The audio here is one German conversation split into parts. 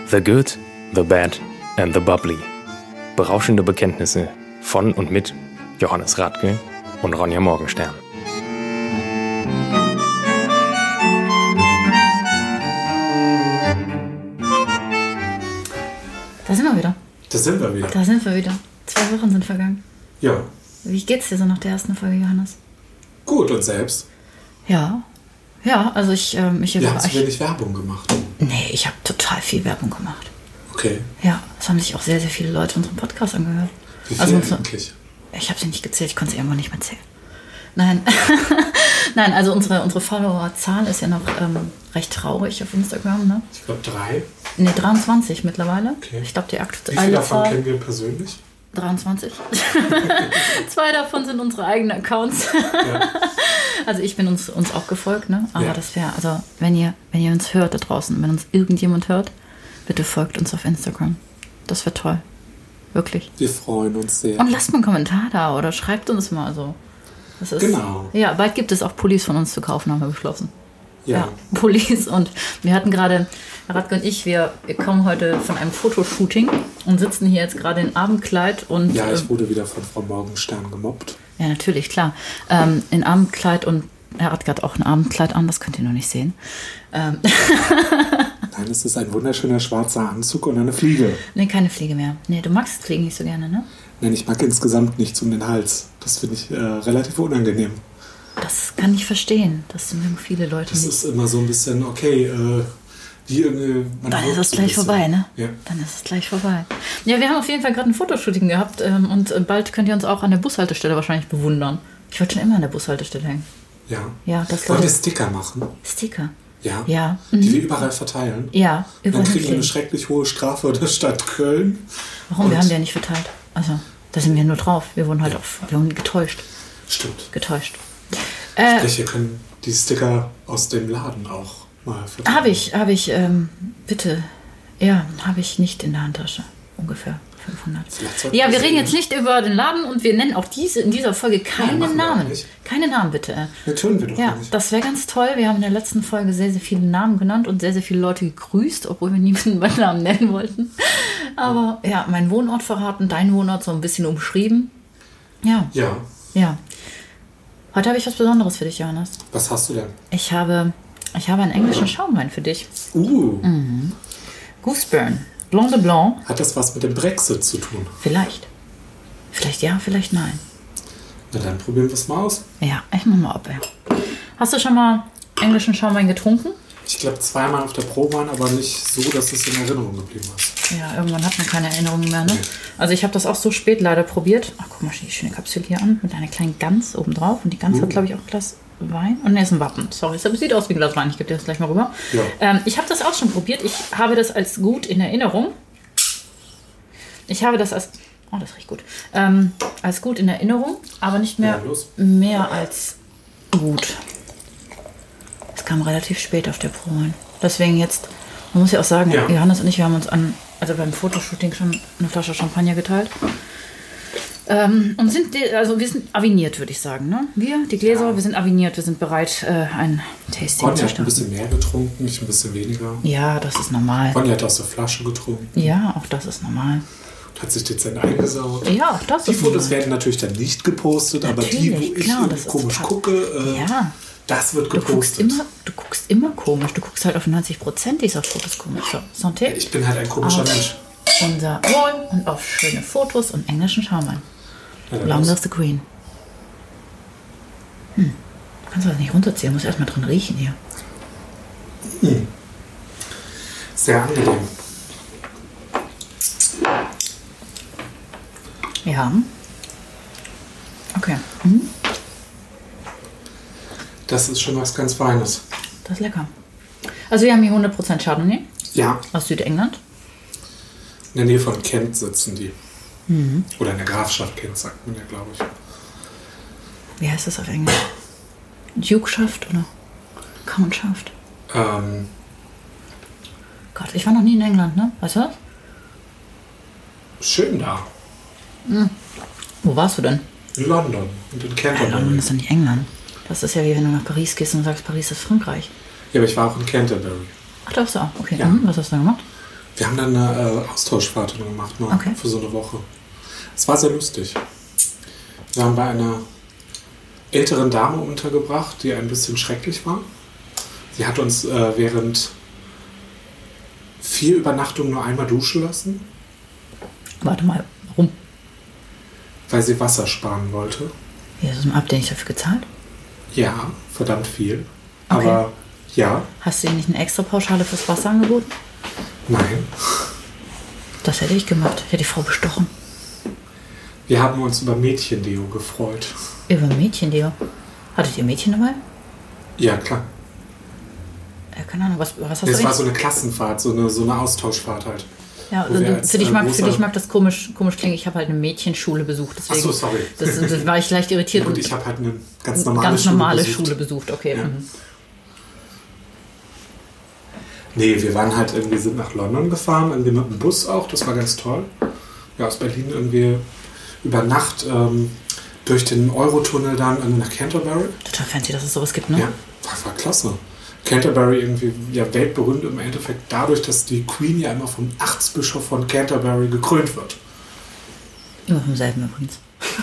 The Good, The Bad and The Bubbly. Berauschende Bekenntnisse von und mit Johannes Radke und Ronja Morgenstern. Da sind wir wieder. Da sind wir wieder. 2 Wochen sind vergangen. Ja. Wie geht's dir so nach der ersten Folge, Johannes? Gut, und selbst? Ja, also ich Wir haben zu wenig Werbung gemacht. Nee, ich habe total viel Werbung gemacht. Okay. Ja, es haben sich auch sehr, sehr viele Leute unseren Podcast angehört. Wie viel eigentlich? Ich habe sie nicht gezählt, ich konnte sie irgendwann nicht mehr zählen. Nein, Nein, also unsere Followerzahl ist ja noch recht traurig auf Instagram, ne? Ich glaube 3. Ne, 23 mittlerweile. Okay. Ich glaube, die aktuelle Wie viele davon Zahl... kennen wir persönlich? 23. 2 davon sind unsere eigenen Accounts. Ja. Also ich bin uns auch gefolgt, ne? Aber Ja. das wäre, also wenn ihr uns hört da draußen, wenn uns irgendjemand hört, bitte folgt uns auf Instagram. Das wäre toll. Wirklich. Wir freuen uns sehr. Und lasst mal einen Kommentar da oder schreibt uns mal so. Das ist, Genau. Ja, bald gibt es auch Pullis von uns zu kaufen, haben wir beschlossen. Ja. Pullis. Und wir hatten gerade, Herr Radke und ich, wir kommen heute von einem Fotoshooting und sitzen hier jetzt gerade in Abendkleid. Und, Ja, ich wurde wieder von Frau Morgenstern gemobbt. ja, natürlich, klar. In Abendkleid und Herr Radke hat auch ein Abendkleid an, das könnt ihr noch nicht sehen. Nein, es ist ein wunderschöner schwarzer Anzug und eine Fliege. Nee, keine Fliege mehr. Nee, du magst Fliegen nicht so gerne, ne? Nein, ich mag insgesamt nichts um den Hals. Das finde ich relativ unangenehm. Das kann ich verstehen. Das mögen viele Leute Das nicht. ist immer so ein bisschen, okay, man Dann ist wirkt es so gleich ein bisschen. vorbei, ne? Ja. Dann ist es gleich vorbei. Ja, wir haben auf jeden Fall gerade ein Fotoshooting gehabt und bald könnt ihr uns auch an der Bushaltestelle wahrscheinlich bewundern. Ich wollte schon immer an der Bushaltestelle hängen. Ja. Ja, das Wollen wir Leute... Sticker machen? Sticker. Ja. Ja. Die wir überall verteilen? Ja, Dann überall kriegen wir eine hinkleben. schrecklich hohe Strafe der Stadt Köln. Warum? Und- Wir haben die ja nicht verteilt. Also, da sind wir nur drauf. Wir wurden halt wir wurden getäuscht. Stimmt. Getäuscht. Sprich, wir können die Sticker aus dem Laden auch mal verteilen. Habe ich, bitte. Ja, habe ich nicht in der Handtasche. Ungefähr 500. Vielleicht sollten Ja, wir wir reden sehen. jetzt nicht über den Laden und wir nennen auch in dieser Folge keinen machen wir auch Namen. nicht. Keine Namen, bitte. Ja, tun wir doch Ja, nicht. das wäre ganz toll. Wir haben in der letzten Folge sehr, sehr viele Namen genannt und sehr, sehr viele Leute gegrüßt, obwohl wir niemanden bei Namen nennen wollten. Aber ja, meinen Wohnort verraten, deinen Wohnort so ein bisschen umschrieben. Ja, Ja. ja. Heute habe ich was Besonderes für dich, Johannes. Was hast du denn? Ich habe einen englischen Schaumwein für dich. Gooseburn. Blanc de Blanc. Hat das was mit dem Brexit zu tun? Vielleicht. Vielleicht ja, vielleicht nein. Na dann probieren wir es mal aus. Ja, ich mach mal ab, ey. Hast du schon mal englischen Schaumwein getrunken? Ich glaube 2-mal auf der Probe, aber nicht so, dass es in Erinnerung geblieben ist. Ja, irgendwann hat man keine Erinnerungen mehr, ne? Nee. Also ich habe das auch so spät leider probiert. Ach, guck mal, die schöne Kapsel hier an mit einer kleinen Gans oben drauf. Und die Gans hat, glaube ich, auch ein Glas Wein. Und ne, ist ein Wappen. Sorry, es sieht aus wie ein Glas Wein. Ich gebe dir das gleich mal rüber. Ja. Ich habe das auch schon probiert. Ich habe das als gut in Erinnerung. Ich habe das als... Oh, das riecht gut. Als gut in Erinnerung, aber nicht mehr, Ja, los. mehr als gut. Es kam relativ spät auf der Probe. Deswegen jetzt, man muss ja auch sagen, Ja. Johannes und ich, wir haben uns beim Fotoshooting schon eine Flasche Champagner geteilt. Und wir sind aviniert, würde ich sagen. Ne? Wir, die Gläser, wir sind aviniert, wir sind bereit, ein Tasting Ronja zu hat ein starten. bisschen mehr getrunken, ich ein bisschen weniger. Ja, das ist normal. Ronja hat aus der Flasche getrunken Ja, auch das ist normal. und hat sich dezent eingesaugt. Ja, auch das Die ist Fotos normal. werden natürlich dann nicht gepostet, aber die, wo Natürlich, ich klar, irgendwie das ist komisch total- gucke, Ja. das wird Du guckst gepostet. immer komisch. Du guckst halt auf 90% dieser Fotos komisch. So, Santé. Ich bin halt ein komischer Auf Mensch. unser Wohl und auf schöne Fotos und englischen Schaumwein. Ja, dann Long los. live the Queen. Du kannst das nicht runterziehen, muss erstmal dran riechen hier. Sehr angenehm. Ja. Okay. Das ist schon was ganz Feines. Das ist lecker. Also wir haben hier 100% Chardonnay Ja, aus Südengland. in der Nähe von Kent sitzen die. Oder in der Grafschaft Kent, sagt man ja, glaube ich. Wie heißt das auf Englisch? Dukeschaft oder Countschaft? Gott, ich war noch nie in England, ne? Weißt du das? Schön da. Wo warst du denn? In London und in Ja, Canterbury. London ist doch nicht England. Das ist ja wie wenn du nach Paris gehst und sagst, Paris ist Frankreich. Ja, aber ich war auch in Canterbury. Ach, da warst du auch. Okay. Ja. Was hast du da gemacht? Wir haben dann eine Austauschfahrt gemacht, mal für so eine Woche. Es war sehr lustig. Wir haben bei einer älteren Dame untergebracht, die ein bisschen schrecklich war. Sie hat uns während 4 Übernachtungen nur einmal duschen lassen. Warte mal, warum? Weil sie Wasser sparen wollte. Ja, habt ihr nicht dafür gezahlt? Ja, verdammt viel. Okay. Aber ja. Hast du ihr nicht eine extra Pauschale fürs Wasser angeboten? Nein. Das hätte ich gemacht. Ich hätte die Frau bestochen. Wir haben uns über Mädchendeo gefreut. Über Mädchendeo? Hattet ihr Mädchen dabei? Ja, klar. Ja, keine Ahnung. Was hast du Das war so eine Klassenfahrt, so eine Austauschfahrt halt. Ja, also für dich mag das komisch klingen. Ich habe halt eine Mädchenschule besucht. Deswegen, ach so, sorry. Das war ich leicht irritiert. Und ich habe halt eine ganz normale Schule besucht. Okay. Ja. Nee, wir waren halt irgendwie, sind nach London gefahren, irgendwie mit dem Bus auch. Das war ganz toll. Ja, aus Berlin irgendwie über Nacht durch den Eurotunnel dann nach Canterbury. Total fancy, dass es sowas gibt, ne? Ja, war klasse. Canterbury irgendwie ja weltberühmt im Endeffekt dadurch, dass die Queen ja immer vom Erzbischof von Canterbury gekrönt wird. Immer vom selben übrigens.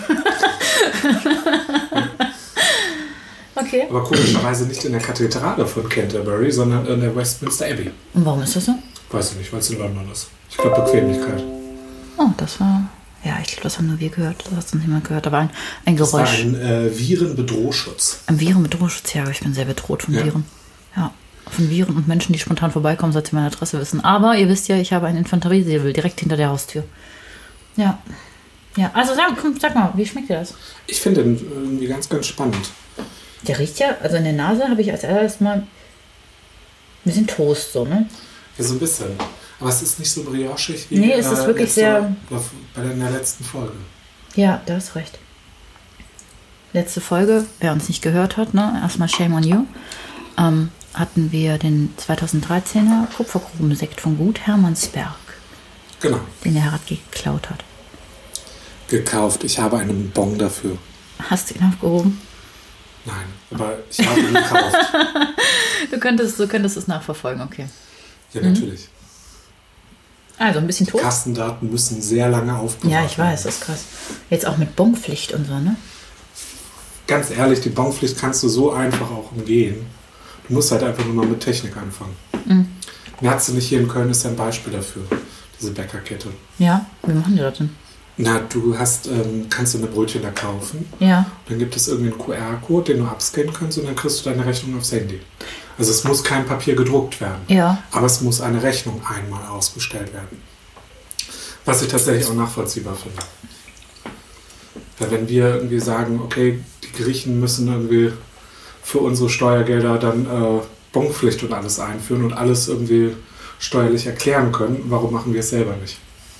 Okay. Aber komischerweise nicht in der Kathedrale von Canterbury, sondern in der Westminster Abbey. Und warum ist das so? Weiß ich nicht, weil es in London ist. Ich glaube Bequemlichkeit. Oh, das war... Ja, ich glaube, das haben nur wir gehört. Das hat sonst niemand gehört. Da war ein Geräusch. Das war ein Virenbedrohschutz. Ein Virenbedrohschutz, ja. Ich bin sehr bedroht von Viren. Ja, von Viren und Menschen, die spontan vorbeikommen, seit sie meine Adresse wissen. Aber ihr wisst ja, ich habe einen Infanteriesäbel direkt hinter der Haustür. Ja. Ja, also sag mal, wie schmeckt dir das? Ich finde den irgendwie ganz, ganz spannend. Der riecht ja, also in der Nase habe ich als erstes mal ein bisschen Toast, so, ne? Ja, so ein bisschen. Aber es ist nicht so briochig wie nee, es ist wirklich bei der letzten Folge. Ja, da hast recht. Letzte Folge, wer uns nicht gehört hat, ne? Erstmal Shame on You. Hatten wir den 2013er Kupfergrubensekt von Gut Hermannsberg. Genau. Den der Herr Radke geklaut hat. Gekauft. Ich habe einen Bon dafür. Hast du ihn aufgehoben? Nein, aber ich habe ihn gekauft. Du könntest es nachverfolgen, okay. Ja, natürlich. Also ein bisschen Toast. Kassendaten müssen sehr lange aufbewahrt werden. Ja, ich weiß, das ist krass. Jetzt auch mit Bonpflicht und so, ne? Ganz ehrlich, die Bonpflicht kannst du so einfach auch umgehen. Du musst halt einfach nur mal mit Technik anfangen. Mhm. Merz nicht hier in Köln ist ein Beispiel dafür, diese Bäckerkette. Ja, wie machen die das denn? Na, du kannst du eine Brötchen da kaufen. Ja. Dann gibt es irgendwie einen QR-Code, den du abscannen kannst und dann kriegst du deine Rechnung aufs Handy. Also es muss kein Papier gedruckt werden. Ja. Aber es muss eine Rechnung einmal ausgestellt werden. Was ich tatsächlich auch nachvollziehbar finde. Weil wenn wir irgendwie sagen, okay, die Griechen müssen irgendwie für unsere Steuergelder dann Bonpflicht und alles einführen und alles irgendwie steuerlich erklären können, warum machen wir es selber nicht?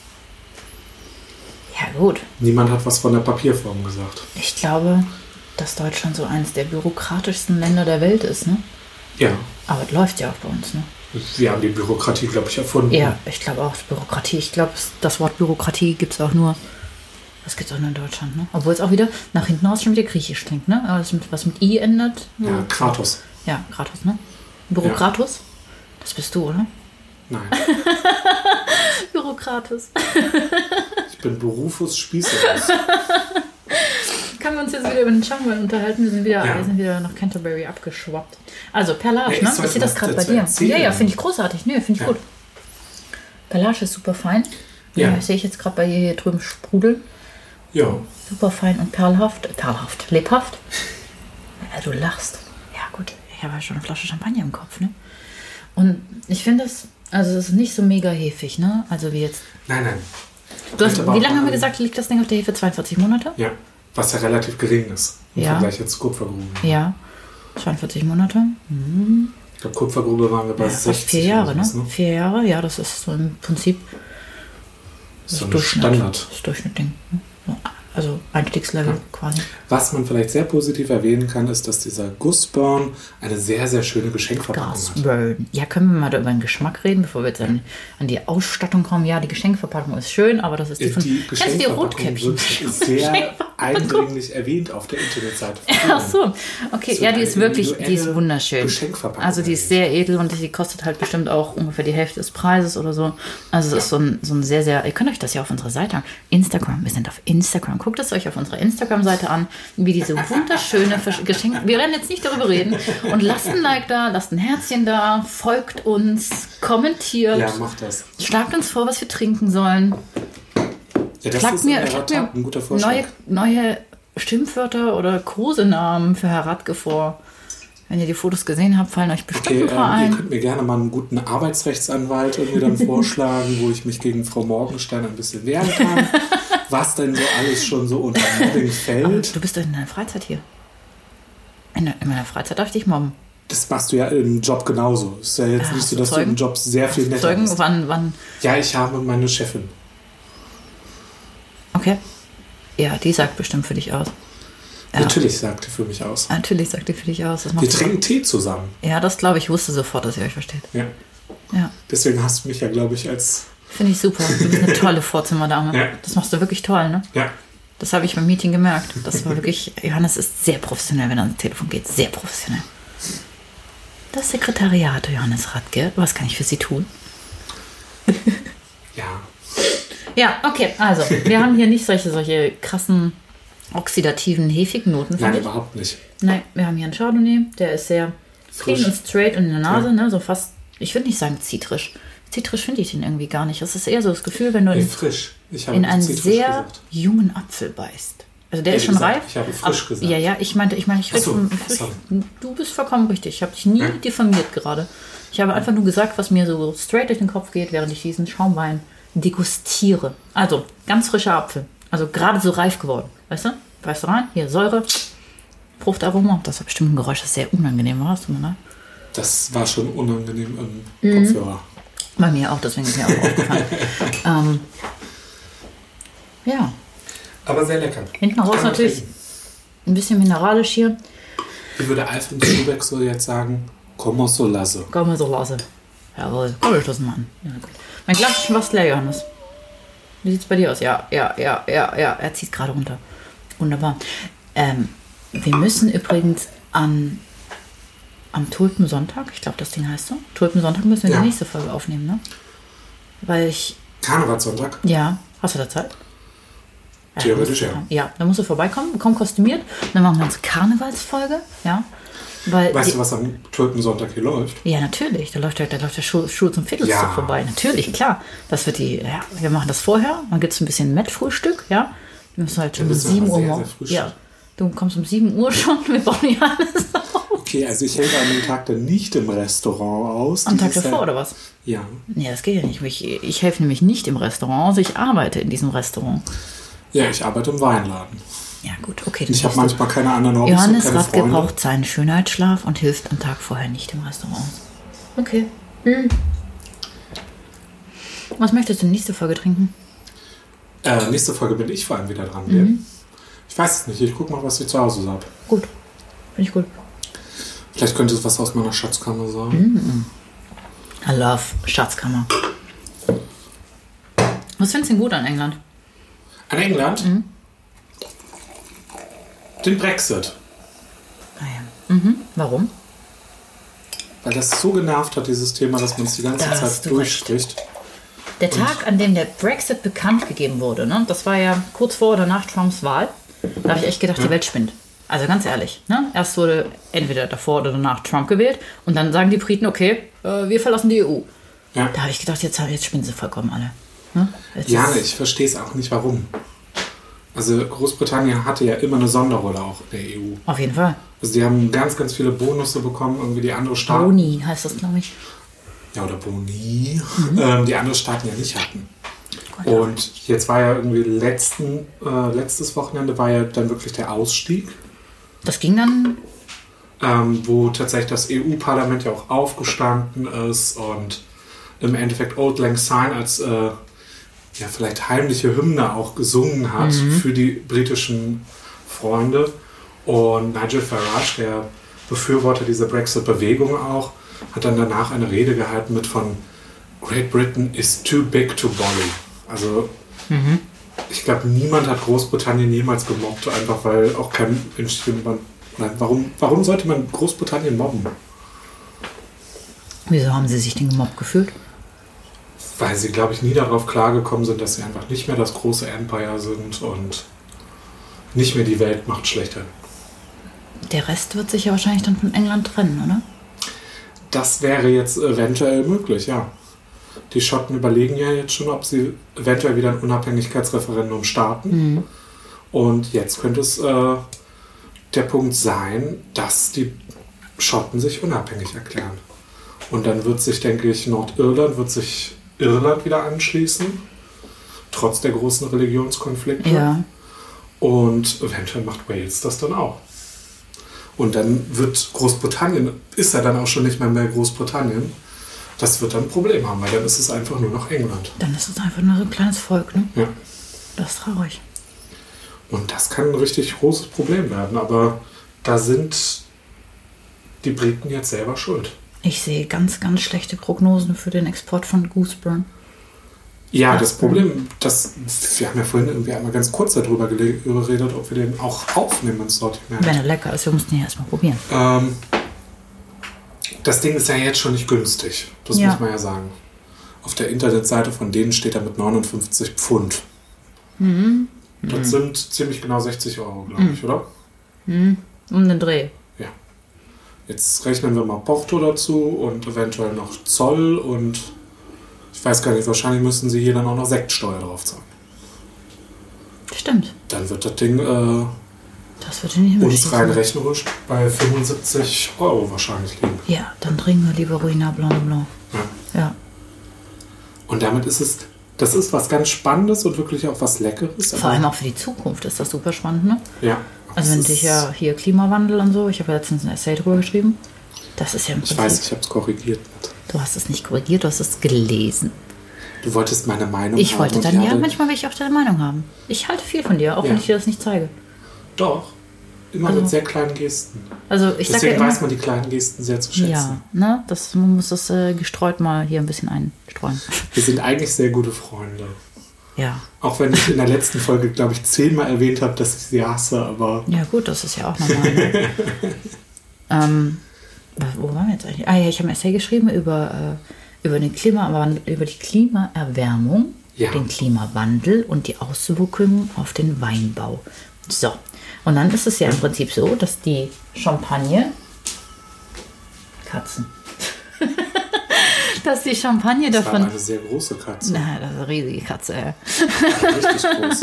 Ja, gut. Niemand hat was von der Papierform gesagt. Ich glaube, dass Deutschland so eines der bürokratischsten Länder der Welt ist, ne? Ja. Aber es läuft ja auch bei uns, ne? Wir haben die Bürokratie, glaube ich, erfunden. Ja, ich glaube auch Bürokratie. Ich glaube, das Wort Bürokratie gibt es auch nur... Das gibt es auch nur in Deutschland, ne? Obwohl es auch wieder nach hinten raus schon wieder griechisch klingt, ne? Aber was mit I endet. Ja, Kratos. Ja, Kratos, ne? Bürokratus? Ja. Das bist du, oder? Nein. Bürokratus. Ich bin Berufus Spießerus. Können wir uns jetzt wieder über den Chamberlain unterhalten? Wir sind wieder nach Canterbury abgeschwappt. Also, Perlage, ne? Ich sehe das gerade bei dir. Ja, finde ich großartig. Nee, finde ich gut. Perlage ist super fein. Ja, sehe ich jetzt gerade bei dir hier drüben sprudeln. Ja. Super fein und perlhaft, lebhaft. Ja, du lachst. Ja, gut. Ich habe ja schon eine Flasche Champagner im Kopf, ne? Und ich finde es, also es ist nicht so mega hefig, ne? Also wie jetzt. Nein. Wie lange haben wir gesagt, liegt das Ding auf der Hefe? 42 Monate? Ja, was ja relativ gering ist im Vergleich jetzt Kupfergrube. Ja, 42 Monate. Mhm. Ich glaube, Kupfergrube waren wir bei 60. 4 Jahre, ne? 4 Jahre, ja, das ist so im Prinzip so ein Standard. Das Durchschnittding. Also Einstiegslevel quasi. Was man vielleicht sehr positiv erwähnen kann, ist, dass dieser Gussburn eine sehr, sehr schöne Geschenkverpackung hat. Gussburn. Ja, können wir mal da über den Geschmack reden, bevor wir jetzt an die Ausstattung kommen. Ja, die Geschenkverpackung ist schön, aber das ist die von... Die Kennst du die Geschenkverpackung Rotkäppchen? wird sehr eindringlich erwähnt auf der Internetseite. Ach so, okay. Es Ja, wird die ist eine wirklich, die ist individuelle wunderschön. Geschenkverpackung Also die ist sehr edel und die kostet halt bestimmt auch ungefähr die Hälfte des Preises oder so. Also es ist so ein sehr, sehr... Ihr könnt euch das ja auf unserer Seite... Instagram, wir sind auf Instagram. Guckt es euch auf unserer Instagram-Seite an, wie diese wunderschöne Geschenke... Wir werden jetzt nicht darüber reden. Und lasst ein Like da, lasst ein Herzchen da, folgt uns, kommentiert. Ja, macht das. Schlagt uns vor, was wir trinken sollen. Ja, das Schlagt ist mir ein guter Vorschlag. neue Schimpfwörter oder Kosenamen für Herr Radke vor. Wenn ihr die Fotos gesehen habt, fallen euch bestimmt ein paar Ihr ein. könnt mir gerne mal einen guten Arbeitsrechtsanwalt irgendwie dann vorschlagen, wo ich mich gegen Frau Morgenstern ein bisschen wehren kann. Was denn so alles schon so unter Mobbing fällt. Du bist doch in deiner Freizeit hier. In meiner Freizeit darf ich dich mobben. Das machst du ja im Job genauso. Ist ja jetzt nicht hast so, du dass Zeugen? du im Job sehr viel netter Zeugen, bist. wann? Ja, ich habe meine Chefin. Okay. Ja, die sagt bestimmt für dich aus. Ja. Natürlich sagt die für mich aus. Natürlich sagt die für dich aus. Das Wir macht trinken Tee zusammen. ja, das glaube ich, wusste sofort, dass ihr euch versteht. Ja. Ja, Deswegen hast du mich ja, glaube ich, als... finde ich super. Du bist eine tolle Vorzimmerdame. Ja. Das machst du wirklich toll, ne? Ja. Das habe ich beim Meeting gemerkt. Das war wirklich, Johannes ist sehr professionell, wenn er ans Telefon geht. Sehr professionell. Das Sekretariat, Johannes Radke. Was kann ich für Sie tun? Ja. Ja, okay. Also, wir haben hier nicht solche krassen oxidativen, hefigen Noten. Nein, finde ich. überhaupt nicht. Nein, wir haben hier einen Chardonnay. Der ist sehr clean Frisch. und straight und in der Nase. Ja. Ne? So fast, ich würde nicht sagen zitrisch. Zitrisch finde ich den irgendwie gar nicht. Das ist eher so das Gefühl, wenn du Nee, in, frisch. Ich habe in einen zitrisch sehr gesagt. jungen Apfel beißt. Also der ist schon gesagt, reif. ich habe frisch aber, gesagt. Ja, ich meinte, ich Ach rede so, von frisch. sorry. Du bist vollkommen richtig. Ich habe dich nie Ja. diffamiert gerade. Ich habe einfach nur gesagt, was mir so straight durch den Kopf geht, während ich diesen Schaumwein degustiere. Also, ganz frischer Apfel. Also gerade so reif geworden. Weißt du? Weißt du rein? Hier, Säure. Fruchtaroma. Das war bestimmt ein Geräusch, das sehr unangenehm war. Hast du mal, ne? Das war schon unangenehm im Mhm. Kopfhörer. Bei mir auch, deswegen ist mir auch aufgefallen. Ja, Aber sehr lecker. hinten raus Kann man natürlich trinken. ein bisschen mineralisch hier. Wie würde Alfred Schubeck so jetzt sagen? Como so lasse. Komm mal so lasse. Jawohl, komm, wir stoßen mal an. Ja, gut. Mein Glas ist schon fast leer, Johannes. Wie sieht's bei dir aus? Ja. Er zieht gerade runter. Wunderbar. Wir müssen übrigens am Tulpensonntag, ich glaube, das Ding heißt so, Tulpensonntag müssen wir Ja. die nächste Folge aufnehmen, ne? Weil ich, Karnevalssonntag? ja, hast du da Zeit? Theoretisch, ja. Ja, dann musst du vorbeikommen, komm kostümiert, dann machen wir uns Karnevalsfolge, ja. Weil Weißt du, was am Tulpensonntag hier läuft? ja, natürlich. Da läuft der Schuh zum Viertelzug Ja. vorbei. Natürlich, klar. Das wird wir machen das vorher. Dann gibt es ein bisschen Mettfrühstück, ja. Wir müssen halt um bist du 7 aber Uhr sehr, morgens. sehr früh Ja. schon. Du kommst um 7 Uhr schon. Wir brauchen ja alles auf. Okay, also ich helfe an dem Tag dann nicht im Restaurant aus. Am Tag Dieses davor, Jahr- oder was? Ja. Nee, das geht ja nicht. Ich helfe nämlich nicht im Restaurant, also ich arbeite in diesem Restaurant. Ja, ich arbeite im Weinladen. Ja, gut, okay. Ich habe manchmal keine anderen Hobbys und Johannes keine Radke Freunde. braucht seinen Schönheitsschlaf und hilft am Tag vorher nicht im Restaurant. Okay. Was möchtest du nächste Folge trinken? Nächste Folge bin ich vor allem wieder dran. Gell? Ich weiß es nicht. Ich guck mal, was ich zu Hause habe. Gut. Finde ich gut. Vielleicht könnte es was aus meiner Schatzkammer sein. I love Schatzkammer. Was findest du denn gut an England? An England? Den Brexit. Warum? Weil das so genervt hat, dieses Thema, dass man es die ganze Da hast Zeit du durchspricht. Der Tag, an dem der Brexit bekannt gegeben wurde, ne, das war ja kurz vor oder nach Trumps Wahl, da habe ich echt gedacht, die Welt spinnt. Also ganz ehrlich, ne? Erst wurde entweder davor oder danach Trump gewählt und dann sagen die Briten, okay, wir verlassen die EU. Ja. Da habe ich gedacht, jetzt spinnen sie vollkommen alle. Ne? Jetzt Ja, ist- ich verstehe es auch nicht, warum. Also Großbritannien hatte ja immer eine Sonderrolle auch in der EU. Auf jeden Fall. Also die haben ganz, ganz viele Bonusse bekommen, irgendwie die andere Staaten. Boni heißt das, glaube ich. Ja, oder Boni. Mhm. Die andere Staaten ja nicht hatten. Und jetzt war ja irgendwie letztes Wochenende war ja dann wirklich der Ausstieg, Das ging dann, wo tatsächlich das EU-Parlament ja auch aufgestanden ist und im Endeffekt Auld Lang Syne als ja, vielleicht heimliche Hymne auch gesungen hat für die britischen Freunde. Und Nigel Farage, der Befürworter dieser Brexit-Bewegung auch, hat dann danach eine Rede gehalten mit von Great Britain is too big to bully. Also ich glaube, niemand hat Großbritannien jemals gemobbt, einfach weil auch kein warum sollte man Großbritannien mobben? Wieso haben Sie sich denn gemobbt gefühlt? Weil sie, glaube ich, nie darauf klargekommen sind, dass sie einfach nicht mehr das große Empire sind und nicht mehr die Weltmacht schlechthin. Der Rest wird sich ja wahrscheinlich dann von England trennen, oder? Das wäre jetzt eventuell möglich, ja. Die Schotten überlegen ja jetzt schon, ob sie eventuell wieder ein Unabhängigkeitsreferendum starten. Und jetzt könnte es der Punkt sein, dass die Schotten sich unabhängig erklären. Und dann wird sich, denke ich, Irland wieder anschließen, trotz der großen Religionskonflikte. Ja. Und eventuell macht Wales das dann auch. Und dann wird Großbritannien, ist ja dann auch schon nicht mehr Großbritannien, das wird dann ein Problem haben, weil dann ist es einfach nur noch England. Dann ist es einfach nur so ein kleines Volk, ne? Ja. Das ist traurig. Und das kann ein richtig großes Problem werden, aber da sind die Briten jetzt selber schuld. Ich sehe ganz, ganz schlechte Prognosen für den Export von Gooseburn. Ja, das Problem, wir haben ja vorhin irgendwie einmal ganz kurz darüber geredet, ob wir den auch aufnehmen ins Sortiment. Wenn er lecker ist, wir mussten ihn ja erstmal probieren. Das Ding ist ja jetzt schon nicht günstig, das muss man ja sagen. Auf der Internetseite von denen steht er mit 59 Pfund. Das sind ziemlich genau 60 Euro, glaube ich, oder? Um den Dreh. Ja. Jetzt rechnen wir mal Porto dazu und eventuell noch Zoll und ich weiß gar nicht, wahrscheinlich müssen sie hier dann auch noch Sektsteuer drauf zahlen. Stimmt. Dann wird das Ding das wird nicht mehr uns rein rechnerisch bei 75 Euro wahrscheinlich liegen. Ja, dann trinken wir lieber Ruina Blanc Blanc. Ja. Und damit ist das ist was ganz Spannendes und wirklich auch was Leckeres. Vor allem auch für die Zukunft ist das super spannend, ne? Ja. Also wenn dich ja hier Klimawandel und so, ich habe ja letztens ein Essay drüber geschrieben, das ist ja im Prinzip... Ich weiß, ich habe es korrigiert. Du hast es nicht korrigiert, du hast es gelesen. Du wolltest meine Meinung haben. Ich wollte dann, ja, manchmal will ich auch deine Meinung haben. Ich halte viel von dir, auch wenn ich dir das nicht zeige. Doch, immer mit sehr kleinen Gesten. Also ich sage ja Deswegen immer, weiß man die kleinen Gesten sehr zu schätzen. ja, ne, man muss das gestreut mal hier ein bisschen einstreuen. Wir sind eigentlich sehr gute Freunde. Ja. Auch wenn ich in der letzten Folge, glaube ich, 10-mal erwähnt habe, dass ich sie hasse, aber... Ja gut, das ist ja auch normal. Ne? Wo waren wir jetzt eigentlich? Ah ja, ich habe ein Essay geschrieben über die Klimaerwärmung, den Klimawandel und die Auswirkungen auf den Weinbau. So, und dann ist es ja im Prinzip so, dass die Champagne... Katzen. Dass die Champagne das davon... war eine sehr große Katze. Na, das ist eine riesige Katze, ja. Richtig groß.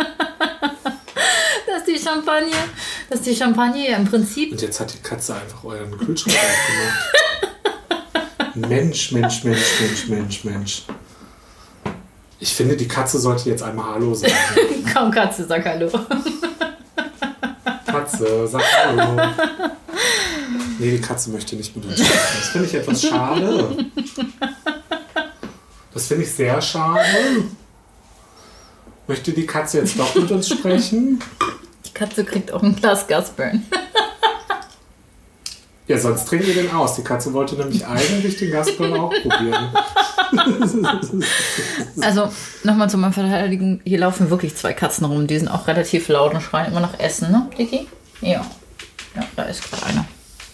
Dass die Champagne ja im Prinzip... Und jetzt hat die Katze einfach euren Kühlschrank aufgemacht. Mensch. Ich finde, die Katze sollte jetzt einmal Hallo sagen. Komm, Katze, sag Hallo. Katze, sag Hallo. Nee, die Katze möchte nicht mit uns sprechen. Das finde ich etwas schade. Das finde ich sehr schade. Möchte die Katze jetzt doch mit uns sprechen? Die Katze kriegt auch ein Glas Gasburn. Ja, sonst trinken wir den aus. Die Katze wollte nämlich eigentlich den Gasburn auch probieren. Also, nochmal zu meiner Verteidigung. Hier laufen wirklich 2 Katzen rum. Die sind auch relativ laut und schreien immer nach Essen, ne, Dicky? Ja. Ja, da ist gerade einer.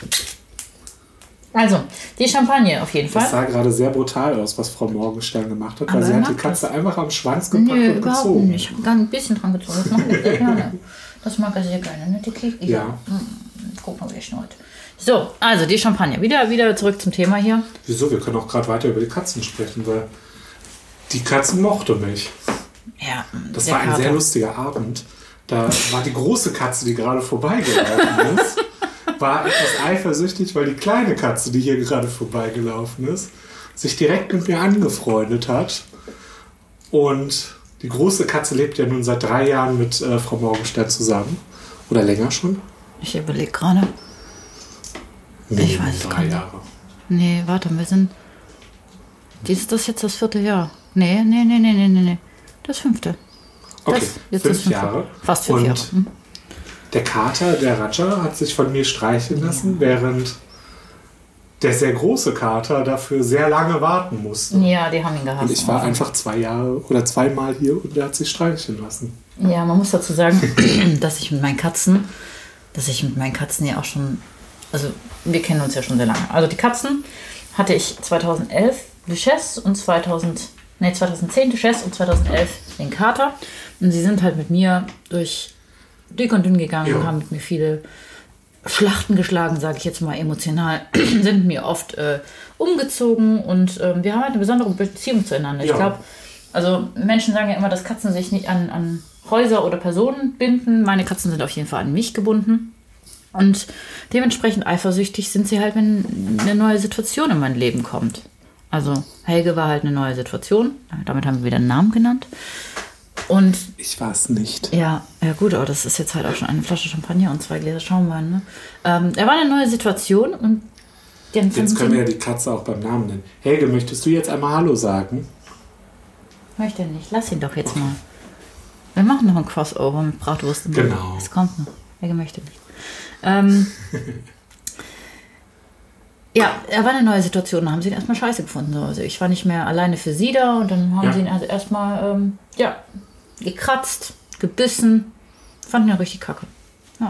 Also, die Champagne auf jeden Fall. Das sah gerade sehr brutal aus, was Frau Morgenstern gemacht hat, weil sie hat die Katze einfach am Schwanz gepackt und gezogen. Nicht. Ich habe gar ein bisschen dran gezogen. Das mag ich sehr gerne. Das mag er sehr gerne, ne, Dicky? Ja. Guck mal, wie er schnurrt. So, also die Champagne. Wieder zurück zum Thema hier. Wieso? Wir können auch gerade weiter über die Katzen sprechen, weil die Katze mochte mich. Ja, das war ein sehr lustiger Abend. Da war die große Katze, die gerade vorbeigelaufen ist, war etwas eifersüchtig, weil die kleine Katze, die hier gerade vorbeigelaufen ist, sich direkt mit mir angefreundet hat. Und die große Katze lebt ja nun seit 3 Jahren mit Frau Morgenstern zusammen. Oder länger schon? Ich überlege gerade. Ich weiß es 3 Jahre. Nee, warte, ist das jetzt das 4. Jahr? Nee. Das 5. Okay, jetzt 5 das 5. Jahre. Fast 5 Jahre. Und der Kater, der Raja, hat sich von mir streicheln lassen, während der sehr große Kater dafür sehr lange warten musste. Ja, die haben ihn gehasst. Und ich war einfach 2 Jahre oder 2-mal hier und der hat sich streicheln lassen. Ja, man muss dazu sagen, dass ich mit meinen Katzen ja auch schon, also wir kennen uns ja schon sehr lange. Also die Katzen hatte ich 2011 Duchesse und 2010 Duchesse und 2011 den Kater. Und sie sind halt mit mir durch dick und dünn gegangen, Ja. haben mit mir viele Schlachten geschlagen, sage ich jetzt mal emotional, sind mir oft umgezogen und wir haben halt eine besondere Beziehung zueinander. Ja. Ich glaube, also Menschen sagen ja immer, dass Katzen sich nicht an Häuser oder Personen binden. Meine Katzen sind auf jeden Fall an mich gebunden. Und dementsprechend eifersüchtig sind sie halt, wenn eine neue Situation in mein Leben kommt. Also Helge war halt eine neue Situation. Damit haben wir wieder einen Namen genannt. Und Ich war es nicht. ja gut, aber das ist jetzt halt auch schon eine Flasche Champagner und 2 Gläser Schaumwein. Ne? Er war eine neue Situation und dann Jetzt können wir ja die Katze auch beim Namen nennen. Helge, möchtest du jetzt einmal Hallo sagen? Möchte er nicht. Lass ihn doch jetzt mal. Wir machen noch ein Crossover mit Bratwurst. Genau. Es kommt noch. Helge möchte nicht. Ja, er war eine neue Situation. Da haben sie ihn erstmal scheiße gefunden. So. Also ich war nicht mehr alleine für sie da und dann haben Ja. sie ihn also erstmal gekratzt, gebissen. Fanden ihn richtig kacke. Ja.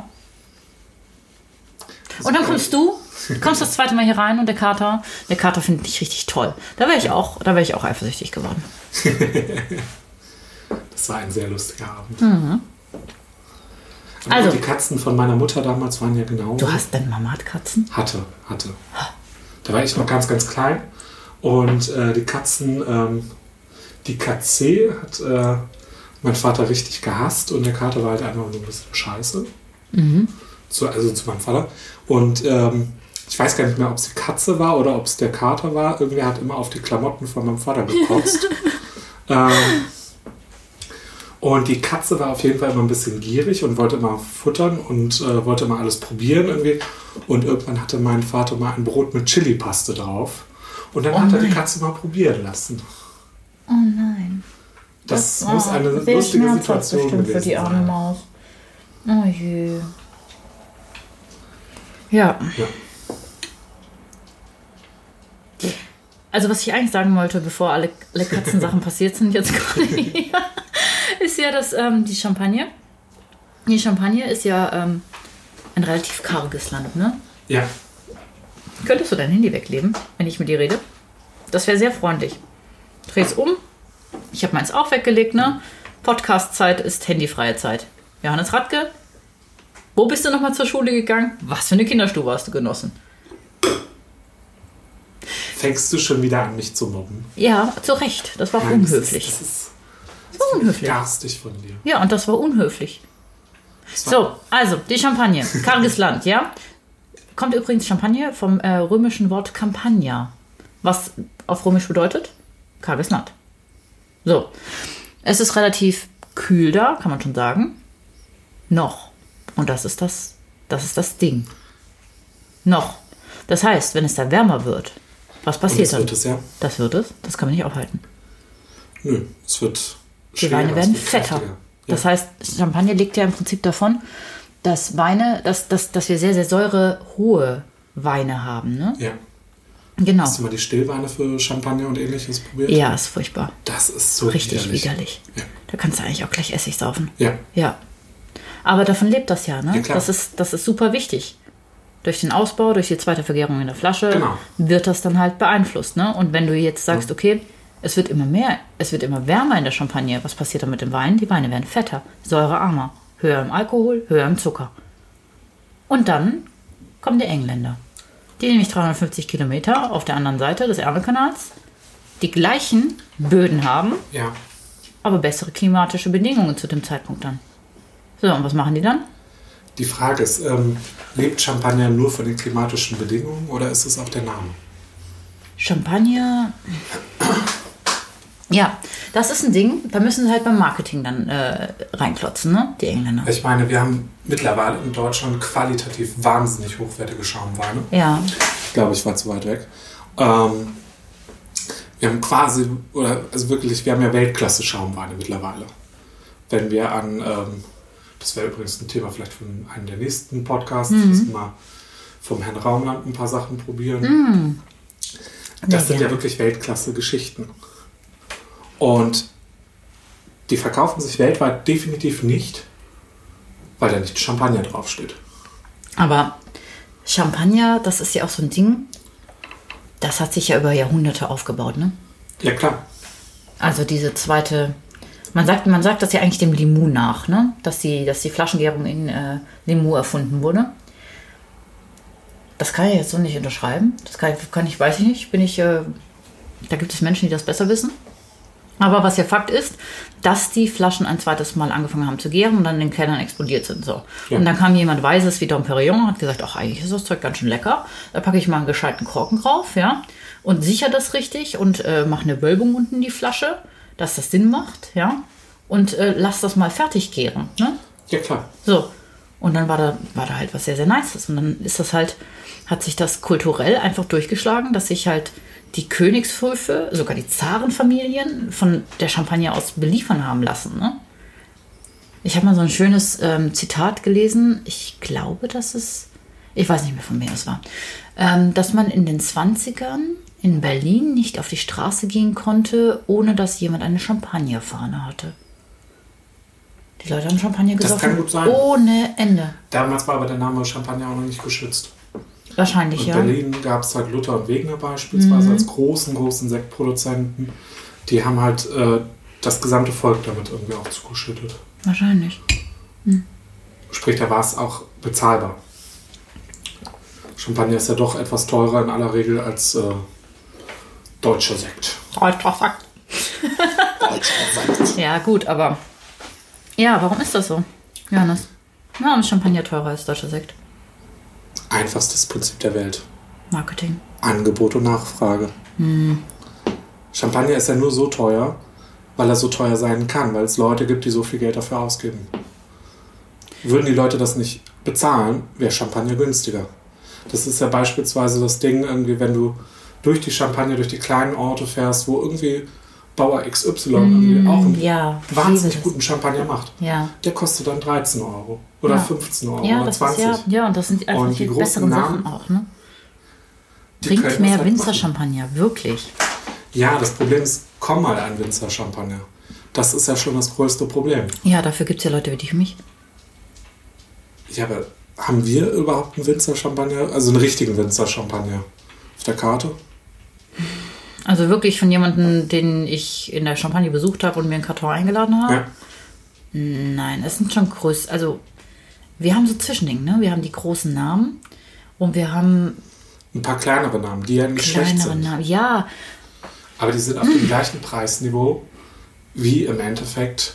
Und dann kommst du das zweite Mal hier rein und der Kater findet dich richtig toll. Da wäre ich auch eifersüchtig geworden. Das war ein sehr lustiger Abend. Mhm. Und Also- die Katzen von meiner Mutter damals waren ja genau. Du hast deine Mama hat Katzen? Hatte. Da war ich noch ganz, ganz klein. Und die Katzen, die Katze hat mein Vater richtig gehasst. Und der Kater war halt einfach nur ein bisschen scheiße. Zu meinem Vater. Und ich weiß gar nicht mehr, ob es die Katze war oder ob es der Kater war. Irgendwer hat immer auf die Klamotten von meinem Vater gekotzt. Und die Katze war auf jeden Fall immer ein bisschen gierig und wollte immer futtern und wollte immer alles probieren irgendwie. Und irgendwann hatte mein Vater mal ein Brot mit Chili-Paste drauf. Und dann hat er die Katze mal probieren lassen. Oh nein. Das muss eine sehr lustige schmerzhaft Situation bestimmt gewesen für die arme sein. Maus. Oh je. Ja. Ja. Also was ich eigentlich sagen wollte, bevor alle Katzensachen passiert sind jetzt gerade hier, ist ja, dass die Champagne ist ja ein relativ karges Land, ne? Ja. Könntest du dein Handy weglegen, wenn ich mit dir rede? Das wäre sehr freundlich. Dreh es um. Ich habe meins auch weggelegt, ne? Podcast-Zeit ist handyfreie Zeit. Johannes Radke, wo bist du nochmal zur Schule gegangen? Was für eine Kinderstube hast du genossen? Fängst du schon wieder an, mich zu mobben? Ja, zu Recht. Das war Nein, unhöflich. Das ist unhöflich. garstig von dir. Ja, und das war unhöflich. Das war- So, also, die Champagne. Karges Land, ja? Kommt übrigens Champagne vom römischen Wort Campagna. Was auf Römisch bedeutet? Karges Land. So. Es ist relativ kühl da, kann man schon sagen. Noch. Und das ist das Ding. Noch. Das heißt, wenn es da wärmer wird, was Und passiert das dann? wird es ja. Das wird es. Das kann man nicht aufhalten. Nö, es wird Die Weine schwerer, werden es wird fetter. kräftiger. Das heißt, Champagner lebt ja im Prinzip davon, dass dass wir sehr, sehr säurehohe Weine haben. Ne? Ja. Genau. Hast du mal die Stillweine für Champagner und ähnliches probiert? Ja, ist furchtbar. Das ist so Richtig widerlich. Ja. Da kannst du eigentlich auch gleich Essig saufen. Ja. Ja. Aber davon lebt das ja, ne? Ja, klar. Das ist super wichtig. Durch den Ausbau, durch die zweite Vergärung in der Flasche Genau. wird das dann halt beeinflusst, ne? Und wenn du jetzt sagst, okay, es wird immer wärmer in der Champagne, was passiert dann mit dem Wein? Die Weine werden fetter, säurearmer, höher im Alkohol, höher im Zucker. Und dann kommen die Engländer, die nämlich 350 Kilometer auf der anderen Seite des Ärmelkanals die gleichen Böden haben, Ja. aber bessere klimatische Bedingungen zu dem Zeitpunkt dann. So, und was machen die dann? Die Frage ist, lebt Champagner nur von den klimatischen Bedingungen oder ist es auch der Name? Champagner. Ja, das ist ein Ding, da müssen sie halt beim Marketing dann reinklotzen, ne? Die Engländer. Ich meine, wir haben mittlerweile in Deutschland qualitativ wahnsinnig hochwertige Schaumweine. Ja. Ich glaube, ich war zu weit weg. Wir haben quasi, also wirklich, wir haben ja Weltklasse-Schaumweine mittlerweile. Wenn wir an, das wäre übrigens ein Thema vielleicht von einem der nächsten Podcasts, müssen wir mal vom Herrn Raumland ein paar Sachen probieren. Das sind ja wirklich Weltklasse-Geschichten. Und die verkaufen sich weltweit definitiv nicht, weil da nicht Champagner draufsteht. Aber Champagner, das ist ja auch so ein Ding, das hat sich ja über Jahrhunderte aufgebaut, ne? Ja, klar. Also diese zweite, man sagt das ja eigentlich dem Limoux nach, ne? Dass die Flaschengärung in Limoux erfunden wurde. Das kann ich jetzt so nicht unterschreiben. Das weiß ich nicht. Da gibt es Menschen, die das besser wissen. Aber was ja Fakt ist, dass die Flaschen ein zweites Mal angefangen haben zu gären und dann in den Kellern explodiert sind. So. Ja. Und dann kam jemand Weises wie Dom Perignon und hat gesagt, ach, eigentlich ist das Zeug ganz schön lecker. Da packe ich mal einen gescheiten Korken drauf, ja, und sichere das richtig und mache eine Wölbung unten in die Flasche, dass das Sinn macht, ja, und lass das mal fertig gären. Ne? Ja, klar. So. Und dann war da halt was sehr, sehr Nices. Und dann ist das halt, hat sich das kulturell einfach durchgeschlagen, dass sich halt die Königshöfe, sogar die Zarenfamilien von der Champagner aus beliefern haben lassen. Ne? Ich habe mal so ein schönes Zitat gelesen. Ich glaube, ich weiß nicht mehr, von wem es war, dass man in den 20ern in Berlin nicht auf die Straße gehen konnte, ohne dass jemand eine Champagnerfahne hatte. Die Leute haben Champagner gesoffen. Das kann gut sein. Ohne Ende. Damals war aber der Name Champagner auch noch nicht geschützt. Wahrscheinlich, in ja. Berlin gab es halt Luther und Wegener beispielsweise als großen Sektproduzenten. Die haben halt das gesamte Volk damit irgendwie auch zugeschüttet. Wahrscheinlich. Sprich, da war es auch bezahlbar. Champagner ist ja doch etwas teurer in aller Regel als deutscher Sekt. Deutscher Sekt. Ja, gut, aber ja, warum ist das so, Johannes? Warum ist Champagner teurer als deutscher Sekt? Einfachstes Prinzip der Welt. Marketing. Angebot und Nachfrage. Champagner ist ja nur so teuer, weil er so teuer sein kann, weil es Leute gibt, die so viel Geld dafür ausgeben. Würden die Leute das nicht bezahlen, wäre Champagner günstiger. Das ist ja beispielsweise das Ding, irgendwie, wenn du durch die kleinen Orte fährst, wo irgendwie Bauer XY irgendwie auch einen wahnsinnig guten Champagner macht. Ja. Der kostet dann 13 Euro oder 15 Euro oder 20. Und das sind einfach die besseren Sachen auch. Ne? Trinkt mehr Winzer-Champagner, wirklich. Ja, das Problem ist, komm mal an Winzer-Champagner. Das ist ja schon das größte Problem. Ja, dafür gibt es ja Leute wie dich und mich. Ja, aber haben wir überhaupt einen Winzer-Champagner? Also einen richtigen Winzer-Champagner auf der Karte? Also wirklich von jemandem, den ich in der Champagne besucht habe und mir einen Karton eingeladen habe? Ja. Nein, es sind schon größer. Also wir haben so Zwischendinge, ne? Wir haben die großen Namen und wir haben ein paar kleinere Namen, die ja nicht schlecht sind. Namen, ja. Aber die sind auf dem gleichen Preisniveau wie im Endeffekt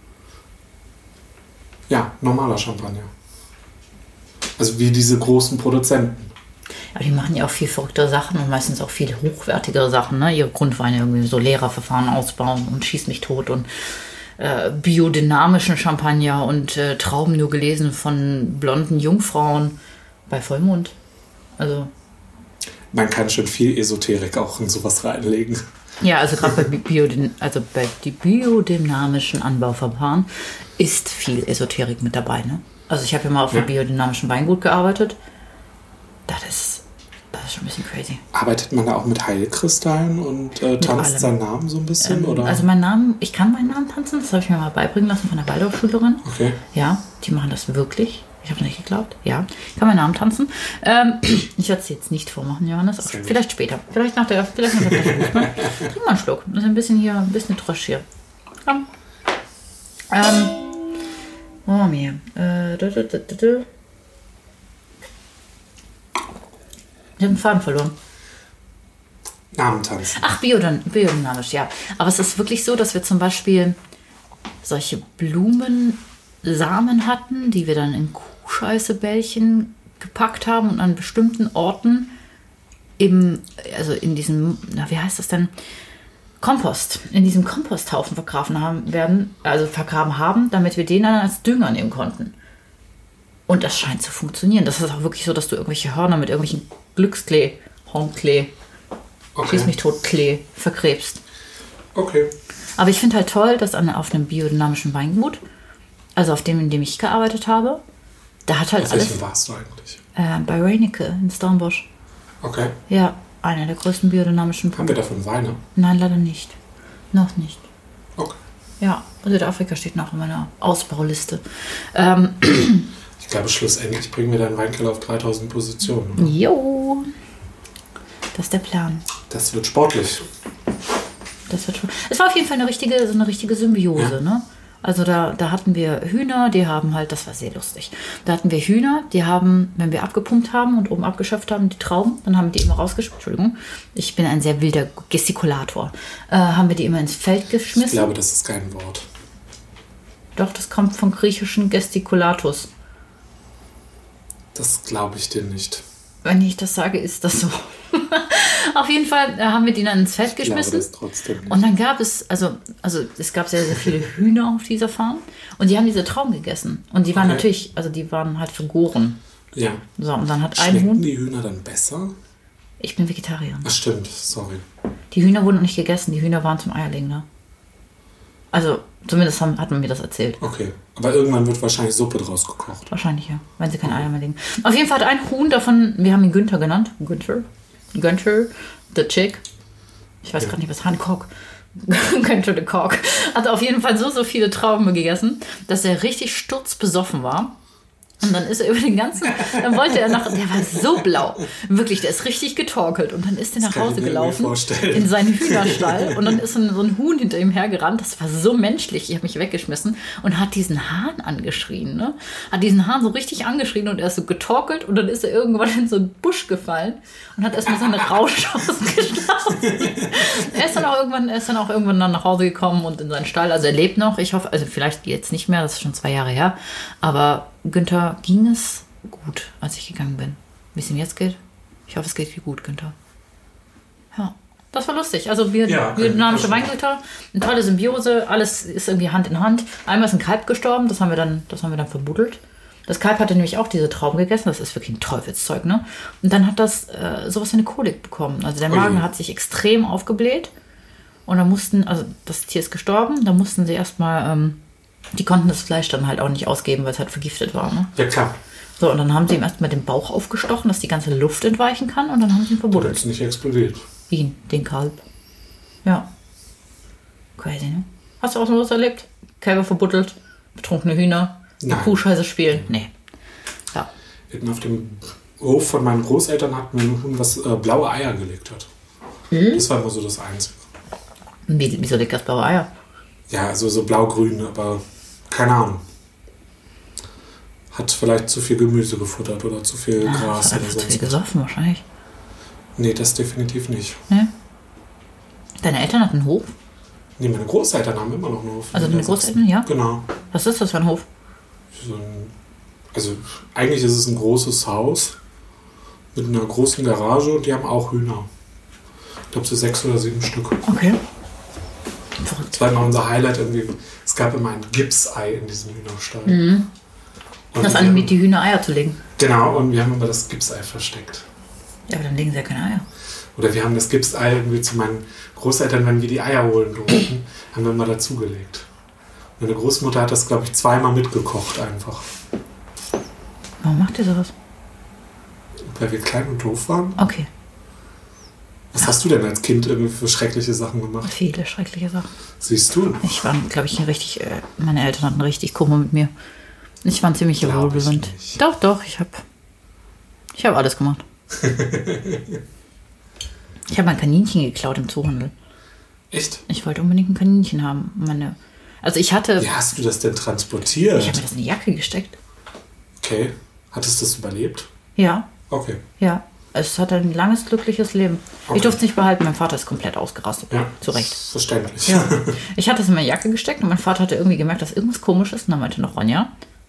normaler Champagner. Also wie diese großen Produzenten. Aber die machen ja auch viel verrücktere Sachen und meistens auch viel hochwertigere Sachen. Ne? Ihre Grundweine irgendwie so Lehrerverfahren ausbauen und schieß mich tot und biodynamischen Champagner und Trauben nur gelesen von blonden Jungfrauen bei Vollmond. Also man kann schon viel Esoterik auch in sowas reinlegen. Ja, also gerade bei die biodynamischen Anbauverfahren ist viel Esoterik mit dabei. Ne? Also ich habe ja mal auf einem biodynamischen Weingut gearbeitet. Das ist schon ein bisschen crazy. Arbeitet man da auch mit Heilkristallen und tanzt seinen Namen so ein bisschen? Oder? Also ich kann meinen Namen tanzen, das habe ich mir mal beibringen lassen von der Waldorfschülerin. Okay. Ja, die machen das wirklich. Ich habe es nicht geglaubt. Ja, ich kann meinen Namen tanzen. Ich werde es jetzt nicht vormachen, Johannes. Vielleicht später. Vielleicht nach der Flasche. Trink mal einen Schluck. Das ist ein bisschen Trosch hier. Komm. Mir. Ich habe den Faden verloren. Namen tanzen. Ach, biodynamisch, ja. Aber es ist wirklich so, dass wir zum Beispiel solche Blumensamen hatten, die wir dann in Kuhscheißebällchen gepackt haben und an bestimmten Orten in diesem, wie heißt das denn? Kompost, in diesem Komposthaufen vergraben haben, damit wir den dann als Dünger nehmen konnten. Und das scheint zu funktionieren. Das ist auch wirklich so, dass du irgendwelche Hörner mit irgendwelchen Glücksklee, Hornklee Okay. Schieß mich tot, Klee, verkrebst. Okay. Aber ich finde halt toll, dass auf einem biodynamischen Weingut, also auf dem, in dem ich gearbeitet habe, da hat halt Auf alles... welchem warst du eigentlich? Bei Reinecke in Stormbusch. Okay. Ja, einer der größten biodynamischen Haben wir davon Weine? Nein, leider nicht. Noch nicht. Okay. Ja, Südafrika steht noch in meiner Ausbauliste. Ich glaube, schlussendlich bringen wir deinen Weinkeller auf 3000 Positionen. Oder? Jo. Das ist der Plan. Das wird sportlich. Das wird schon. Es war auf jeden Fall so eine richtige Symbiose, Ja. ne? Also da hatten wir Hühner, die haben halt, das war sehr lustig. Da hatten wir Hühner, die haben, wenn wir abgepumpt haben und oben abgeschöpft haben, die Trauben, dann haben die immer rausgeschmissen. Entschuldigung, ich bin ein sehr wilder Gestikulator. Haben wir die immer ins Feld Ich geschmissen. glaube, das ist kein Wort. Doch, das kommt vom griechischen Gestikulatus. Das glaube ich dir nicht. Wenn ich das sage, ist das so. Auf jeden Fall haben wir die dann ins Feld Ich glaube geschmissen. das trotzdem nicht. Und dann gab es, also es gab sehr, sehr viele Hühner auf dieser Farm. Und die haben diese Trauben gegessen. Und die waren Okay. natürlich, also die waren halt vergoren. Ja. So, und dann hat ein Schmecken Huhn. die Hühner dann besser? Ich bin Vegetarier. Ach stimmt, sorry. Die Hühner wurden noch nicht gegessen. Die Hühner waren zum Eierlegen da. Also, zumindest hat man mir das erzählt. Okay. Aber irgendwann wird wahrscheinlich Suppe draus gekocht. Wahrscheinlich, ja. Wenn sie kein Eier mehr legen. Auf jeden Fall hat ein Huhn davon, wir haben ihn Günther genannt. Günther, the Chick. Ich weiß gerade nicht, was Hancock. Günther the Cock. Hat auf jeden Fall so viele Trauben gegessen, dass er richtig sturzbesoffen war. Und dann ist er über den ganzen, dann wollte er nach, der war so blau. Wirklich, der ist richtig getorkelt. Und dann ist er nach kann ich Hause mir gelaufen, irgendwie vorstellen. in seinen Hühnerstall. Und dann ist so ein Huhn hinter ihm hergerannt. Das war so menschlich. Ich habe mich weggeschmissen und hat diesen Hahn angeschrien. Ne? Hat diesen Hahn so richtig angeschrien und er ist so getorkelt. Und dann ist er irgendwann in so einen Busch gefallen und hat erstmal seine Rausch ausgeschlafen. Er ist dann auch irgendwann dann nach Hause gekommen und in seinen Stall. Also er lebt noch. Ich hoffe, also vielleicht jetzt nicht mehr. Das ist schon 2 Jahre her. Aber Günther ging es gut, als ich gegangen bin. Wie es ihm jetzt geht? Ich hoffe, es geht dir gut, Günther. Ja, das war lustig. Also biodynamische Weingüter, eine tolle Symbiose, alles ist irgendwie Hand in Hand. Einmal ist ein Kalb gestorben, das haben wir dann verbuddelt. Das Kalb hatte nämlich auch diese Trauben gegessen, das ist wirklich ein Teufelszeug, ne? Und dann hat das sowas wie eine Kolik bekommen. Also der Magen hat sich extrem aufgebläht. Und dann also das Tier ist gestorben, da mussten sie erstmal, die konnten das Fleisch dann halt auch nicht ausgeben, weil es halt vergiftet war, ne? Ja, klar. So, und dann haben sie ihm erstmal den Bauch aufgestochen, dass die ganze Luft entweichen kann und dann haben sie ihn Oder verbuddelt. ist nicht explodiert. Ihn, den Kalb. Ja. Crazy, ne? Hast du auch noch was erlebt? Kälber verbuddelt, betrunkene Hühner, die Nein. Kuhscheiße spielen? Nee. Ja. Wir hatten auf dem Hof von meinen Großeltern hatten wir ein Huhn, was blaue Eier gelegt hat. Das war immer so das Einzige. Wieso legt das blaue Eier? Ja, also so blau-grün, aber keine Ahnung. Hat vielleicht zu viel Gemüse gefuttert oder zu viel Gras Das hat oder einfach zu viel sonst. gesoffen wahrscheinlich. Nee, das definitiv nicht. Ne? Deine Eltern hatten einen Hof? Nee, meine Großeltern haben immer noch einen Hof. Also deine Großeltern, ja? Genau. Was ist das für ein Hof? Also eigentlich ist es ein großes Haus mit einer großen Garage und die haben auch Hühner. Ich glaube so 6 oder 7 Stück. Okay. Das war immer unser Highlight irgendwie. Es gab immer ein Gipsei in diesem Hühnerstall. Und Das wir animiert haben- die Hühner Eier zu legen. Genau, und wir haben immer das Gipsei versteckt. Ja, aber dann legen sie ja keine Eier. Oder wir haben das Gipsei irgendwie zu meinen Großeltern, wenn wir die Eier holen durften, haben wir immer dazugelegt. Meine Großmutter hat das, glaube ich, 2-mal mitgekocht einfach. Warum macht ihr sowas? Weil wir klein und doof waren. Okay, Was hast du denn als Kind irgendwie für schreckliche Sachen gemacht? viele schreckliche Sachen. Siehst du? Ich war, glaube ich, meine Eltern hatten richtig Kummer mit mir. Ich war ein ziemlicher Glaub ich Wohlbewandt. nicht. Doch, ich habe alles gemacht. Ich habe ein Kaninchen geklaut im Zoohandel. Echt? Ich wollte unbedingt ein Kaninchen haben. Ich hatte, Wie hast du das denn transportiert? ich habe mir das in die Jacke gesteckt. Okay. Hattest du das überlebt? Ja, Okay. ja. Es hat ein langes, glückliches Leben. Okay. Ich durfte es nicht behalten. Mein Vater ist komplett ausgerastet. Ja. Zu Recht. Verständlich. Ja. Ich hatte es in meine Jacke gesteckt und mein Vater hatte irgendwie gemerkt, dass irgendwas komisch ist. Und dann meinte noch Ronja,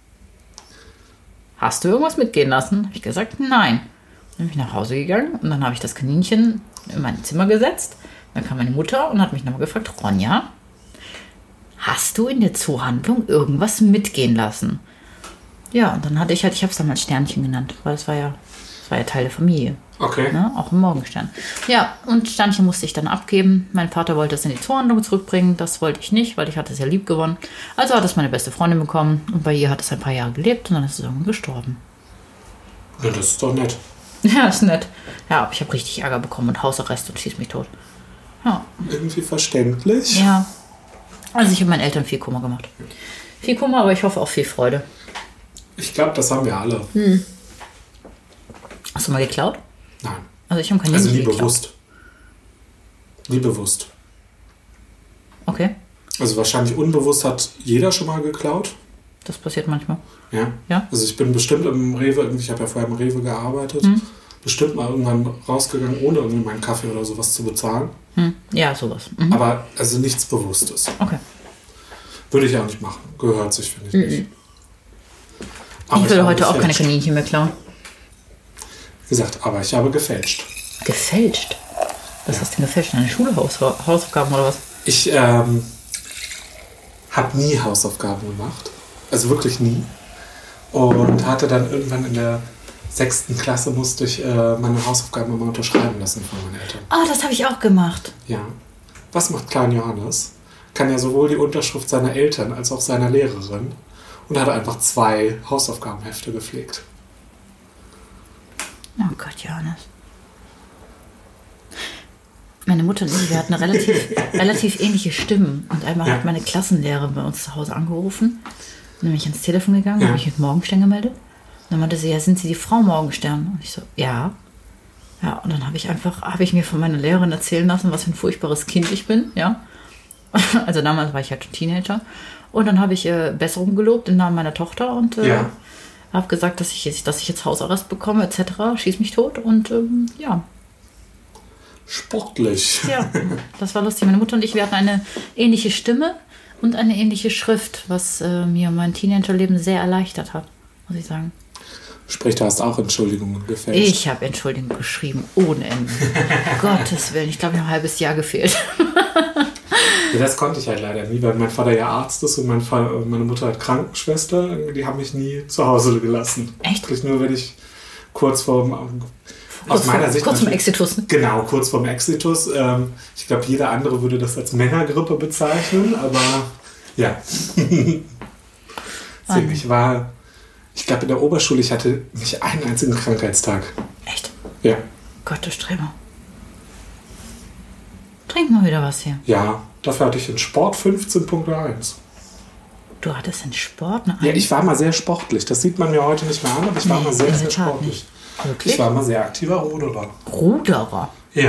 hast du irgendwas mitgehen lassen? Habe ich gesagt, nein. Dann bin ich nach Hause gegangen und dann habe ich das Kaninchen in mein Zimmer gesetzt. Dann kam meine Mutter und hat mich nochmal gefragt, Ronja, hast du in der Zoohandlung irgendwas mitgehen lassen? Ja, und dann hatte ich habe es damals Sternchen genannt, weil es war ja Teil der Familie. Okay. Ne? Auch im Morgenstern. Ja, und Sternchen musste ich dann abgeben. Mein Vater wollte es in die Zuhandlung zurückbringen. Das wollte ich nicht, weil ich hatte es ja lieb gewonnen. Also hat es meine beste Freundin bekommen. Und bei ihr hat es ein paar Jahre gelebt und dann ist es irgendwann gestorben. Ja, das ist doch nett. Ja, ist nett. Ja, aber ich habe richtig Ärger bekommen und Hausarrest und schieß mich tot. Ja. Irgendwie verständlich. Ja. Also ich habe meinen Eltern viel Kummer gemacht. Viel Kummer, aber ich hoffe auch viel Freude. Ich glaube, das haben wir alle. Hast du mal geklaut? Nein. Also ich habe kein Also Handy nie geklaut. bewusst. Nie bewusst. Okay, Also wahrscheinlich unbewusst hat jeder schon mal geklaut. das passiert manchmal. Ja. Ja? Also ich bin bestimmt im Rewe, ich habe ja vorher im Rewe gearbeitet, bestimmt mal irgendwann rausgegangen, ohne irgendwie meinen Kaffee oder sowas zu bezahlen. Ja, sowas. Mhm. Aber also nichts Bewusstes. Okay. Würde ich auch nicht machen. Gehört sich, finde ich nicht. Aber Ich will habe heute auch keine gefälscht. Kaninchen mehr klauen. Wie gesagt, aber ich habe gefälscht. Gefälscht? Was hast du denn gefälscht? Eine Hausaufgaben oder was? Ich habe nie Hausaufgaben gemacht. Also wirklich nie. Und hatte dann irgendwann in der 6. Klasse musste ich meine Hausaufgaben immer unterschreiben lassen von meinen Eltern. Oh, das habe ich auch gemacht. Ja. Was macht Klein Johannes? Kann ja sowohl die Unterschrift seiner Eltern als auch seiner Lehrerin und hat einfach 2 Hausaufgabenhefte gepflegt. Oh Gott, Johannes. Meine Mutter und ich, wir hatten relativ ähnliche Stimmen. Und einmal hat meine Klassenlehrerin bei uns zu Hause angerufen. Dann bin ich ans Telefon gegangen, habe mich mit Morgenstern gemeldet. Und dann meinte sie, ja, sind Sie die Frau Morgenstern? Und ich so, ja. Ja, und dann habe ich mir von meiner Lehrerin erzählen lassen, was für ein furchtbares Kind ich bin, ja. Also damals war ich halt schon Teenager. Und dann habe ich Besserung gelobt im Namen meiner Tochter und habe gesagt, dass ich jetzt Hausarrest bekomme, etc. Schieß mich tot und ja. Sportlich. Ja, das war lustig. Meine Mutter und ich, wir hatten eine ähnliche Stimme und eine ähnliche Schrift, was mir mein Teenagerleben sehr erleichtert hat, muss ich sagen. Sprich, du hast auch Entschuldigungen gefälscht. Ich habe Entschuldigung geschrieben, ohne Ende. Gottes Willen, ich glaube, ich habe ein halbes Jahr gefehlt. Ja, das konnte ich halt leider nie, weil mein Vater ja Arzt ist und meine Mutter halt Krankenschwester. Die haben mich nie zu Hause gelassen. Echt? Sprich, nur wenn ich kurz vorm... Aus meiner Sicht kurz vorm Exitus. Genau, kurz vorm Exitus. Ich glaube, jeder andere würde das als Männergrippe bezeichnen, aber ja. Deswegen, ich glaube, in der Oberschule, ich hatte nicht einen einzigen Krankheitstag. Echt? Ja. Gott, du Streber. Trink mal wieder was hier. Ja, dafür hatte ich in Sport 15,1. Du hattest in Sport eine Ja, ich war mal sehr sportlich. Das sieht man mir heute nicht mehr an, aber ich war mal sehr, in sehr der Tat sportlich. nicht. Wirklich? Ich war mal sehr aktiver Ruderer. Ruderer. Ja.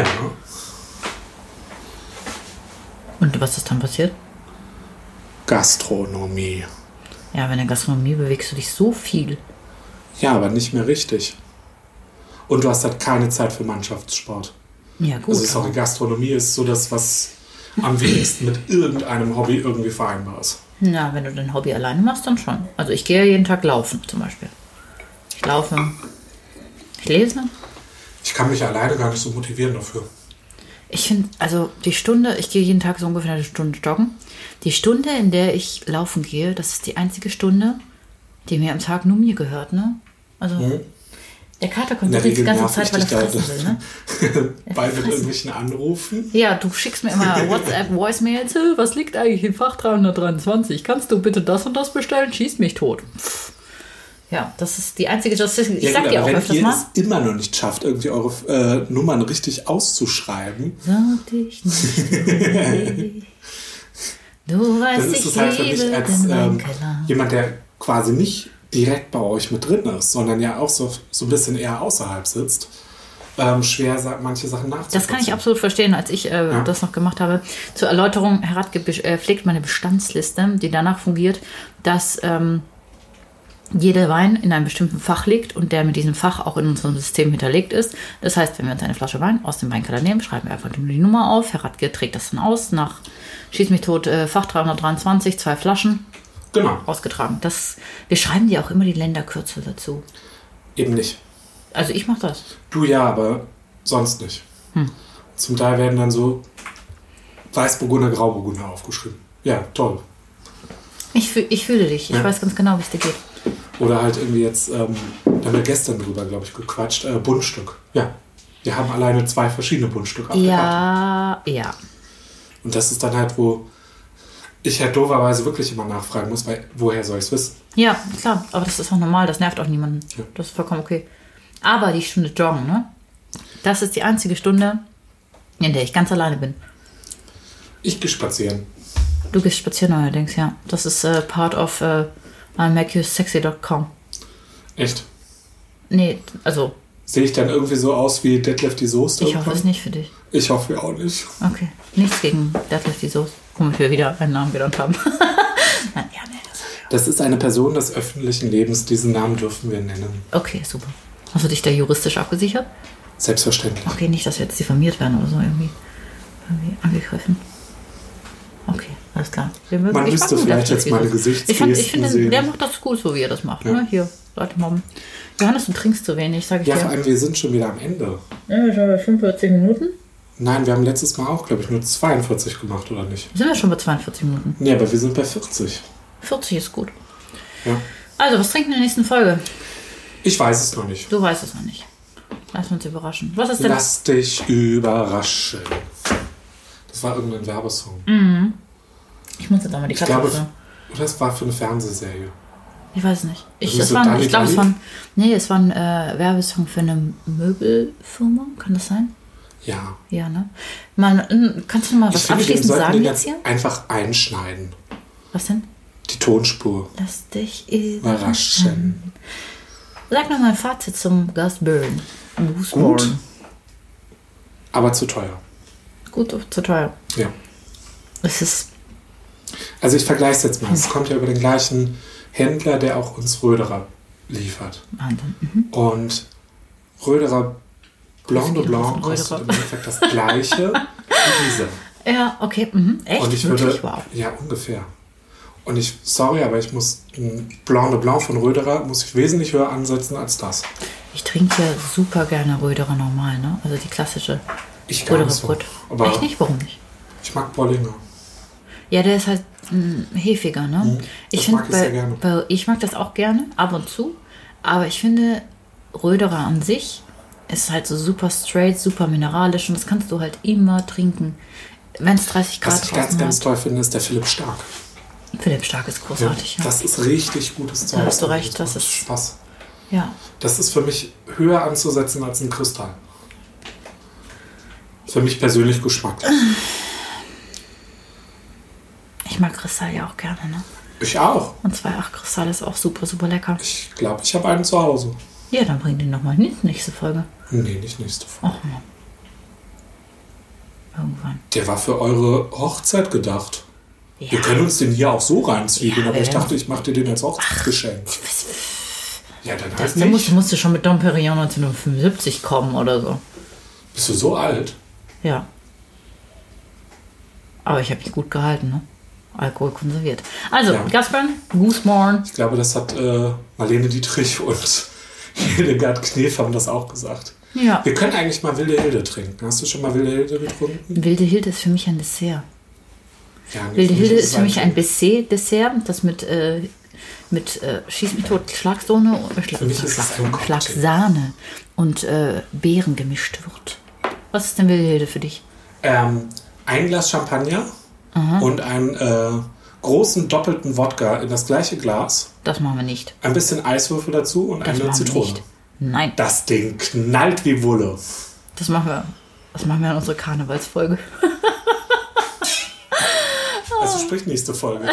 Und was ist dann passiert? Gastronomie. Ja, aber in der Gastronomie bewegst du dich so viel. Ja, aber nicht mehr richtig. Und du hast halt keine Zeit für Mannschaftssport. Ja, gut. Also sorry, Gastronomie ist so das, was am wenigsten mit irgendeinem Hobby irgendwie vereinbar ist. Na, wenn du dein Hobby alleine machst, dann schon. Also ich gehe jeden Tag laufen zum Beispiel. Ich laufe, ich lese. Ich kann mich alleine gar nicht so motivieren dafür. Ich finde, also die Stunde, ich gehe jeden Tag so ungefähr eine Stunde joggen. Die Stunde, in der ich laufen gehe, das ist die einzige Stunde, die mir am Tag nur mir gehört, ne? Also der Kater konzentriert die ganze Zeit, weil er fressen will, ne? Bei mit irgendwelchen Anrufen. Ja, du schickst mir immer WhatsApp-Voicemails, was liegt eigentlich im Fach 323? Kannst du bitte das und das bestellen? Schießt mich tot. Pff. Ja, das ist die einzige, ich sag dir auch öfters wenn ihr mal. es immer noch nicht schafft, irgendwie eure Nummern richtig auszuschreiben, Sag dich nicht. Du weißt, dann ist es halt für mich als jemand, der quasi nicht direkt bei euch mit drin ist, sondern ja auch so ein bisschen eher außerhalb sitzt, schwer manche Sachen nachzuvollziehen. Das kann ich absolut verstehen, als ich das noch gemacht habe. Zur Erläuterung, Herr Radke pflegt meine Bestandsliste, die danach fungiert, dass jeder Wein in einem bestimmten Fach liegt und der mit diesem Fach auch in unserem System hinterlegt ist. Das heißt, wenn wir uns eine Flasche Wein aus dem Weinkeller nehmen, schreiben wir einfach nur die Nummer auf. Herr Radke trägt das dann aus, nach Schieß mich tot, Fach 323, 2 Flaschen. Genau. Ausgetragen. Wir schreiben dir auch immer die Länderkürzel dazu. Eben nicht. Also ich mache das. Du ja, aber sonst nicht. Zum Teil werden dann so Weißburgunder, Grauburgunder aufgeschrieben. Ja, toll. Ich fühle dich. Ich weiß ganz genau, wie es dir geht. Oder halt irgendwie jetzt, da haben wir gestern drüber, glaube ich, gequatscht, Buntstück. Ja, Wir haben alleine 2 verschiedene Mundstücke auf der Karte. Ja. Und das ist dann halt, wo ich halt dooferweise wirklich immer nachfragen muss, weil woher soll ich es wissen? Ja, klar, aber das ist auch normal, das nervt auch niemanden. Ja. Das ist vollkommen okay. Aber die Stunde Joggen, ne? Das ist die einzige Stunde, in der ich ganz alleine bin. Ich gehe spazieren. Du gehst spazieren allerdings, ja. Das ist part of IMakeYouSexy.com. Echt? Nee, also, Sehe ich dann irgendwie so aus wie Deadlift die Soße? ich hoffe es nicht für dich. Ich hoffe auch nicht. Okay, nichts gegen Deadlift die Soße. Womit wir wieder einen Namen genannt haben. Nein, ja, nee, Das ist eine Person des öffentlichen Lebens. Diesen Namen dürfen wir nennen. okay, super. Hast du dich da juristisch abgesichert? Selbstverständlich. Okay, nicht, dass wir jetzt diffamiert werden oder so irgendwie angegriffen. Okay, alles klar. Man müsste vielleicht jetzt mal eine Ich Gesichtsgesten finde, sehen. der macht das gut, so wie er das macht. Ja. Ne? Hier, Leute mobben. Johannes, du trinkst zu wenig, sag ich Ja, vor dir. allem, wir sind schon wieder am Ende. Ja, wir sind bei 45 Minuten. Nein, wir haben letztes Mal auch, glaube ich, nur 42 gemacht, oder nicht? Sind wir schon bei 42 Minuten? Nee, aber wir sind bei 40. 40 ist gut. Ja. Also, was trinken wir in der nächsten Folge? Ich weiß es noch nicht. Du weißt es noch nicht. Lass uns überraschen. Was ist denn? Lass dich überraschen. Das war irgendein Werbesong. Ich muss jetzt einmal die Ich Katze glaube, sagen. oder es war für eine Fernsehserie. Ich weiß es nicht. Das ist so Dalli Ich glaube, es Dalli? war ein Werbesong für eine Möbelfirma. Kann das sein? Ja. Ja, ne? Kannst du mal Ich was finde, wir abschließend sollten sagen den jetzt jetzt hier? einfach einschneiden. Was denn? Die Tonspur. Lass dich Überraschen. Sag noch mal ein Fazit zum Gus Burn. Gut. Aber zu teuer. Gut, zu teuer. Ja. Es ist. Also ich vergleiche es jetzt mal. Es kommt ja über den gleichen Händler, der auch uns Röderer liefert. Wahnsinn. Und Röderer Blanc de Grüße gehen Blanc raus an kostet Röderer. im Endeffekt das gleiche wie diese. Ja, okay. Echt? Und ich Wirklich? würde, Wow. ja, ungefähr. Und sorry, aber ich muss ein Blanc de Blanc von Röderer muss ich wesentlich höher ansetzen als das. Ich trinke ja super gerne Röderer normal, ne? Also die klassische Ich gar Röderer nicht so. Brot. Aber Echt nicht? Warum nicht? ich mag Bollinger. Ja, der ist halt hefiger, ne? Das mag ich sehr gerne. Ich mag das auch gerne, ab und zu. Aber ich finde, Röderer an sich ist halt so super straight, super mineralisch und das kannst du halt immer trinken. Wenn es 30 Grad Was ich ganz, ganz toll finde, ist der Philipp Stark. Philipp Stark ist großartig, ja. Das ist richtig gutes Zeug. Da hast du recht, das macht ist- Spaß. Ja. Das ist für mich höher anzusetzen als ein Kristall. Für mich persönlich Geschmack. Ich mag Kristall ja auch gerne, ne? Ich auch. Und 2,8 Kristall ist auch super, super lecker. Ich glaube, ich habe einen zu Hause. Ja, dann bring den nochmal in die nächste Folge. Nee, nicht nächste Folge. Och Mann. Irgendwann. Der war für eure Hochzeit gedacht. Ja. Wir können uns den hier auch so reinzwiebeln, Ja, aber ich wir dachte, ich mache dir den als Hochzeitsgeschenk. Ja, dann halt Da nicht. musst du schon mit Dom Perignon 1975 kommen oder so. Bist du so alt? Ja. Aber ich habe mich gut gehalten, ne? Alkohol konserviert. Also, Ja. Gaspern, Goosmorn. Ich glaube, das hat Marlene Dietrich und Hildegard Knef haben das auch gesagt. Ja. Wir können eigentlich mal Wilde Hilde trinken. Hast du schon mal Wilde Hilde getrunken? Wilde Hilde ist für mich ein Dessert. Ja, nee, Wilde Hilde es ist für mich ein Dessert. Dessert, das mit Schieß mich tot, Schlagsahne, Für mich ist es ein Cocktail. Schlagsahne und Beeren gemischt wird. Was ist denn Wilde Hilde für dich? Ein Glas Champagner und einen großen doppelten Wodka in das gleiche Glas. Das machen wir nicht. Ein bisschen Eiswürfel dazu und Das eine machen wir Zitrone. nicht. Nein, Das Ding knallt wie Wulle. das machen wir. Das machen wir in unserer Karnevalsfolge. Also sprich nächste Folge.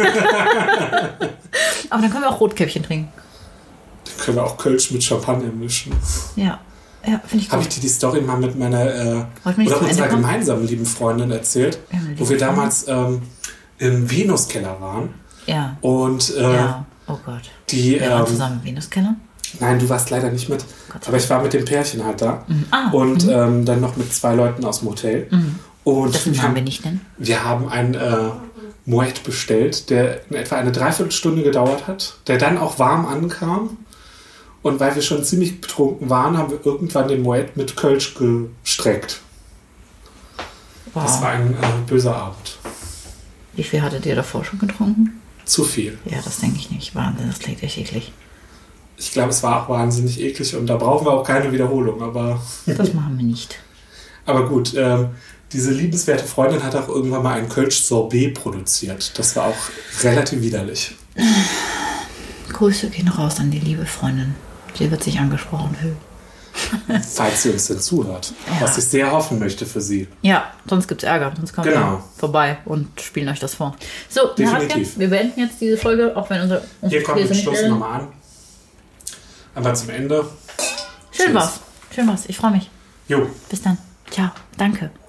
Aber dann können wir auch Rotkäppchen trinken. Dann können wir auch Kölsch mit Champagner mischen. Ja, finde ich Habe gut. ich dir die Story mal mit meiner Wollten wir nicht oder zum unserer Ende kommen? gemeinsamen lieben Freundin erzählt, Ja, eine wo wir liebe damals im Venuskeller waren Ja. und Ja. Oh Gott. die Wir waren zusammen im Venuskeller. nein, du warst leider nicht mit, Gott sei aber ich war mit dem Pärchen halt da Ah, und dann noch mit 2 Leuten aus dem Hotel und das haben wir nicht denn. wir haben einen Moet bestellt, der in etwa eine Dreiviertelstunde gedauert hat, der dann auch warm ankam. Und weil wir schon ziemlich betrunken waren, haben wir irgendwann den Moet mit Kölsch gestreckt. Das war ein böser Abend. Wie viel hattet ihr davor schon getrunken? Zu viel. Ja, das denke ich nicht. Wahnsinn, das klingt echt eklig. Ich glaube, es war auch wahnsinnig eklig und da brauchen wir auch keine Wiederholung. Aber Das machen wir nicht. Aber gut, diese liebenswerte Freundin hat auch irgendwann mal ein Kölsch-Sorbet produziert. Das war auch relativ widerlich. Grüße gehen raus an die liebe Freundin. Sie wird sich angesprochen fühlen. Falls sie uns denn zuhört. Ja. Was ich sehr hoffen möchte für sie. Ja, sonst gibt es Ärger. Sonst kommen wir vorbei und spielen euch das vor. So, Definitiv. Wir beenden jetzt diese Folge, auch wenn unsere Hier kommt These den nicht Schluss will. nochmal an. Aber zum Ende. Schön Tschüss. war's. Ich freue mich. Jo. Bis dann. Ciao. Danke.